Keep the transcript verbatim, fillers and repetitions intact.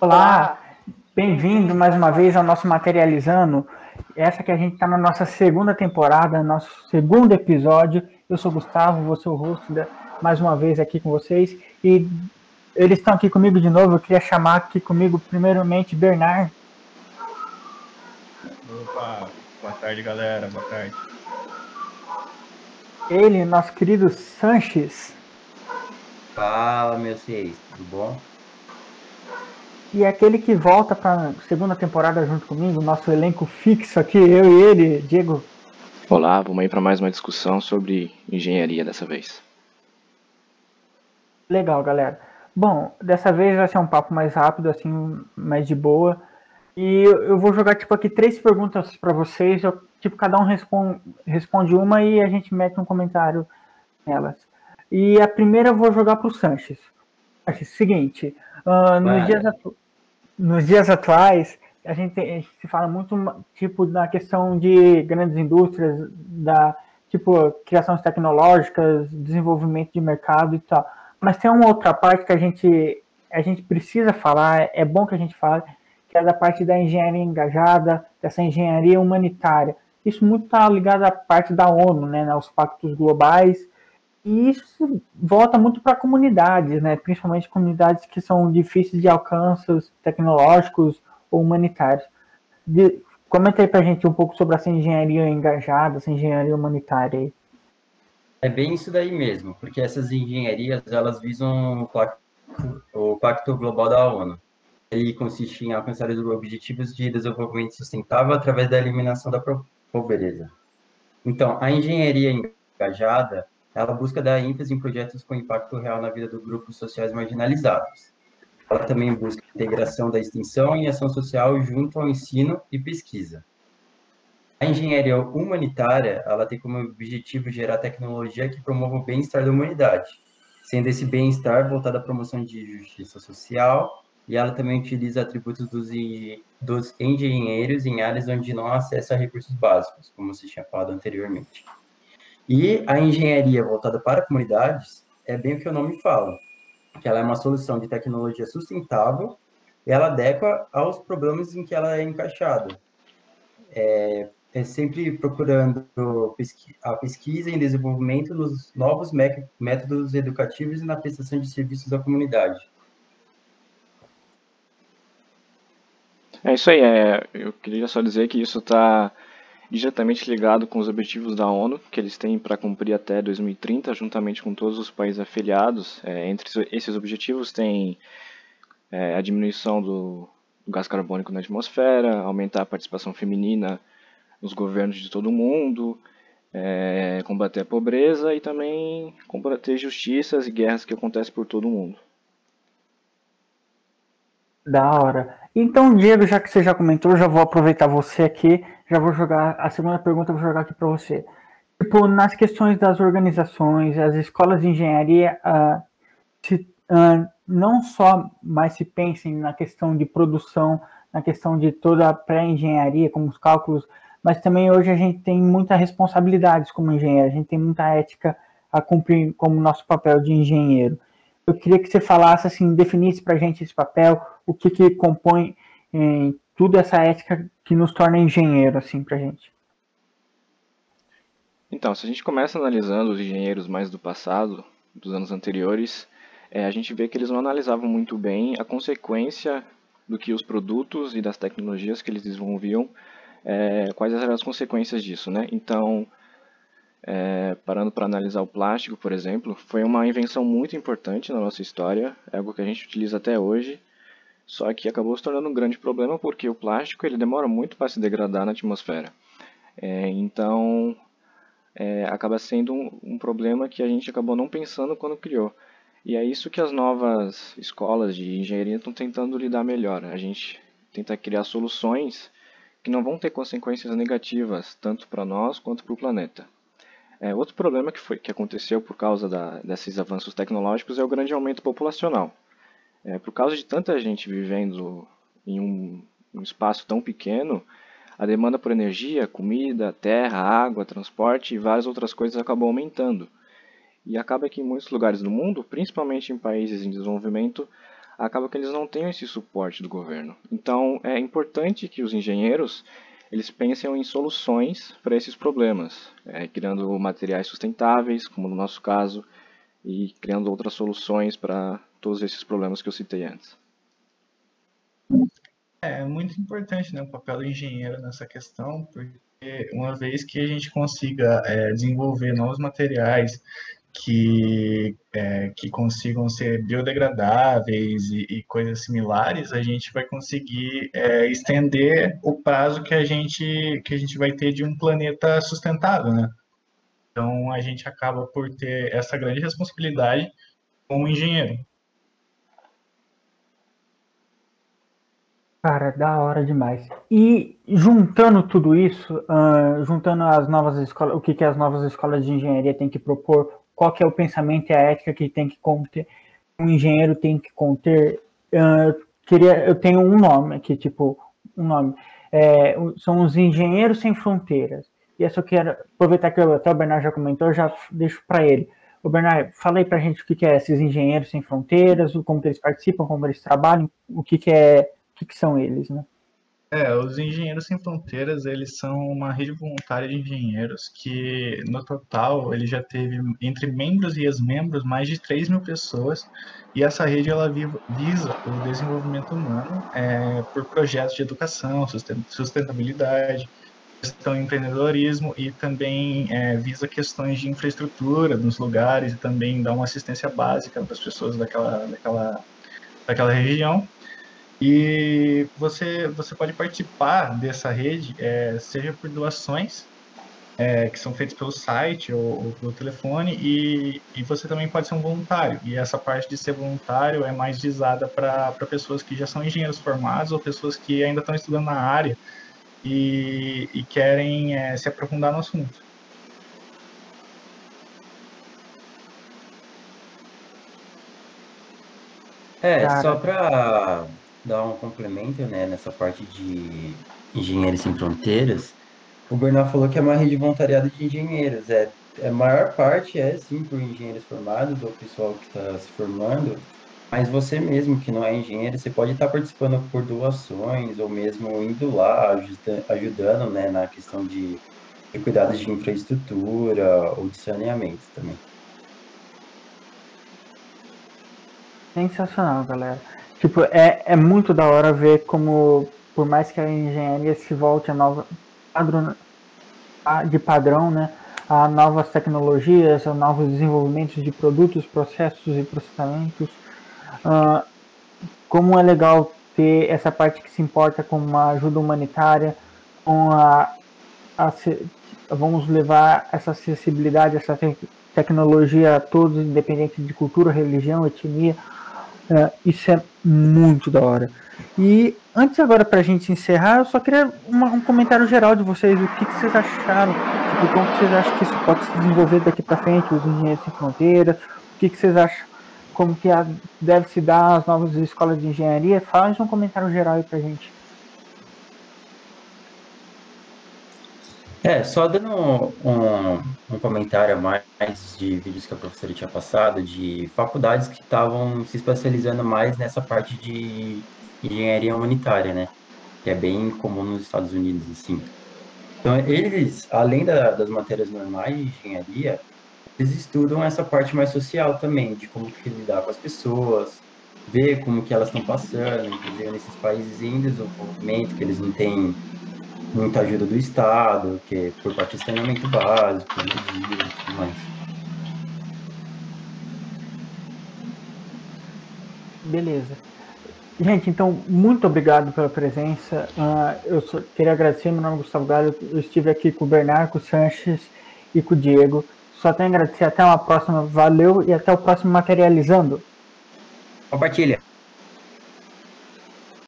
Olá, bem-vindo mais uma vez ao nosso Materializando. Essa que a gente está na nossa segunda temporada, nosso segundo episódio. Eu sou o Gustavo, vou ser o host da, mais uma vez aqui com vocês. E eles estão aqui comigo de novo. Eu queria chamar aqui comigo, primeiramente, Bernard. Opa, boa tarde, galera, boa tarde. Ele, nosso querido Sanches. Fala, meus seis, tudo bom? E aquele que volta para a segunda temporada junto comigo, nosso elenco fixo aqui, eu e ele, Diego. Olá, vamos aí para mais uma discussão sobre engenharia dessa vez. Legal, galera. Bom, dessa vez vai ser um papo mais rápido, assim, mais de boa. E eu vou jogar, tipo, aqui três perguntas para vocês. Eu, tipo, cada um responde, responde uma e a gente mete um comentário nelas. E a primeira eu vou jogar para o Sanches. Seguinte, uh, nos, dias atu nos dias atuais, a gente, a gente se fala muito, tipo, na questão de grandes indústrias, da, tipo, criações tecnológicas, desenvolvimento de mercado e tal. Mas tem uma outra parte que a gente, a gente precisa falar, é bom que a gente fale, que é da parte da engenharia engajada, dessa engenharia humanitária. Isso muito está ligado à parte da ONU, né, aos pactos globais, e isso volta muito para comunidades, né, principalmente comunidades que são difíceis de alcances tecnológicos ou humanitários. De, comenta aí para a gente um pouco sobre essa engenharia engajada, essa engenharia humanitária aí. É bem isso daí mesmo, porque essas engenharias, elas visam o Pacto, o Pacto Global da ONU. Ele consiste em alcançar os objetivos de desenvolvimento sustentável através da eliminação da pobreza. Então, a engenharia engajada, ela busca dar ênfase em projetos com impacto real na vida dos grupos sociais marginalizados. Ela também busca a integração da extensão e ação social junto ao ensino e pesquisa. A engenharia humanitária, ela tem como objetivo gerar tecnologia que promova o bem-estar da humanidade, sendo esse bem-estar voltado à promoção de justiça social, e ela também utiliza atributos dos, dos engenheiros em áreas onde não há acesso a recursos básicos, como se tinha falado anteriormente. E a engenharia voltada para comunidades é bem o que o nome fala, que ela é uma solução de tecnologia sustentável e ela adequa aos problemas em que ela é encaixada. É, é sempre procurando a pesquisa e desenvolvimento nos novos métodos educativos e na prestação de serviços à comunidade. É isso aí, é, eu queria só dizer que isso está diretamente ligado com os objetivos da ONU, que eles têm para cumprir até dois mil e trinta, juntamente com todos os países afiliados. É, entre esses objetivos tem é, a diminuição do, do gás carbônico na atmosfera, aumentar a participação feminina nos governos de todo o mundo, é, combater a pobreza e também combater injustiças e guerras que acontecem por todo o mundo. Da hora. Então, Diego, já que você já comentou, já vou aproveitar você aqui, já vou jogar a segunda pergunta, eu vou jogar aqui para você. Tipo, nas questões das organizações, as escolas de engenharia, uh, se, uh, não só mais se pensem na questão de produção, na questão de toda a pré-engenharia, como os cálculos, mas também hoje a gente tem muitas responsabilidades como engenheiro, a gente tem muita ética a cumprir como nosso papel de engenheiro. Eu queria que você falasse, assim, definisse para a gente esse papel, o que, que compõe eh, tudo essa ética que nos torna engenheiro, assim, para a gente. Então, se a gente começa analisando os engenheiros mais do passado, dos anos anteriores, é, a gente vê que eles não analisavam muito bem a consequência do que os produtos e das tecnologias que eles desenvolviam, é, quais eram as consequências disso, né? Então, é, parando para analisar o plástico, por exemplo, foi uma invenção muito importante na nossa história, é algo que a gente utiliza até hoje, só que acabou se tornando um grande problema porque o plástico ele demora muito para se degradar na atmosfera. É, então, é, acaba sendo um, um problema que a gente acabou não pensando quando criou. E é isso que as novas escolas de engenharia estão tentando lidar melhor. A gente tenta criar soluções que não vão ter consequências negativas, tanto para nós quanto para o planeta. É, outro problema que, foi, que aconteceu por causa da, desses avanços tecnológicos é o grande aumento populacional. É, por causa de tanta gente vivendo em um, um espaço tão pequeno, a demanda por energia, comida, terra, água, transporte e várias outras coisas acabou aumentando. E acaba que em muitos lugares do mundo, principalmente em países em desenvolvimento, acaba que eles não têm esse suporte do governo. Então, é importante que os engenheiros eles pensem em soluções para esses problemas, é, criando materiais sustentáveis, como no nosso caso, e criando outras soluções para todos esses problemas que eu citei antes. É muito importante, né, o papel do engenheiro nessa questão, porque uma vez que a gente consiga é, desenvolver novos materiais que, é, que consigam ser biodegradáveis e, e coisas similares, a gente vai conseguir é, estender o prazo que a gente, que a gente vai ter de um planeta sustentável, né? Então, a gente acaba por ter essa grande responsabilidade como engenheiro. Cara, da hora demais. E juntando tudo isso, uh, juntando as novas escolas, o que, que as novas escolas de engenharia têm que propor, qual que é o pensamento e a ética que tem que conter, um engenheiro tem que conter, uh, queria, eu tenho um nome aqui, tipo, um nome, é, são os Engenheiros Sem Fronteiras. E essa eu quero aproveitar que eu, até o Bernardo já comentou, eu já deixo para ele. O Bernardo, fala aí pra gente o que, que é esses Engenheiros Sem Fronteiras, como que eles participam, como eles trabalham, o que, que é o que, que são eles, né? É, os Engenheiros Sem Fronteiras, eles são uma rede voluntária de engenheiros que, no total, ele já teve, entre membros e ex-membros, mais de três mil pessoas, e essa rede, ela visa o desenvolvimento humano é, por projetos de educação, sustentabilidade, gestão e empreendedorismo, e também é, visa questões de infraestrutura nos lugares, e também dá uma assistência básica para as pessoas daquela, daquela, daquela região. E você, você pode participar dessa rede, é, seja por doações, é, que são feitas pelo site ou, ou pelo telefone, e, e você também pode ser um voluntário. E essa parte de ser voluntário é mais visada para pessoas que já são engenheiros formados ou pessoas que ainda estão estudando na área e, e querem é, se aprofundar no assunto. É, só Cara, para dar um complemento, né, nessa parte de Engenheiros Sem Fronteiras, o Bernard falou que é uma rede de voluntariado de engenheiros. É, a maior parte é, sim, por engenheiros formados ou pessoal que está se formando, mas você mesmo que não é engenheiro, você pode estar participando por doações ou mesmo indo lá, ajuda- ajudando, né, na questão de, de cuidados de infraestrutura ou de saneamento também. sensacional, galera. Tipo, é, é muito da hora ver como, por mais que a engenharia se volte a nova padrão, de padrão, né, a novas tecnologias, a novos desenvolvimentos de produtos, processos e processamentos, uh, como é legal ter essa parte que se importa com uma ajuda humanitária, com a, a vamos levar essa acessibilidade, essa te tecnologia a todos, independente de cultura, religião, etnia. É, isso é muito da hora. E antes agora pra gente encerrar, eu só queria uma, um comentário geral de vocês, o que, que vocês acharam, tipo, como que vocês acham que isso pode se desenvolver daqui pra frente, os Engenheiros Sem Fronteiras, o que, que vocês acham, como que a, deve se dar as novas escolas de engenharia, faz um comentário geral aí pra gente. É, só dando um, um comentário a mais de vídeos que a professora tinha passado, de faculdades que estavam se especializando mais nessa parte de engenharia humanitária, né? Que é bem comum nos Estados Unidos, assim. Então, eles, além da- das matérias normais de engenharia, eles estudam essa parte mais social também, de como que lidar com as pessoas, ver como que elas estão passando, inclusive nesses países em desenvolvimento, que eles não têm muita ajuda do Estado, que é por parte de saneamento básico, energia e tudo mais. Beleza. Gente, então, muito obrigado pela presença. Uh, eu só queria agradecer, meu nome é Gustavo Galho, eu estive aqui com o Bernardo, com o Sanches e com o Diego. Só tenho a agradecer, até uma próxima, valeu e até o próximo Materializando. Compartilha!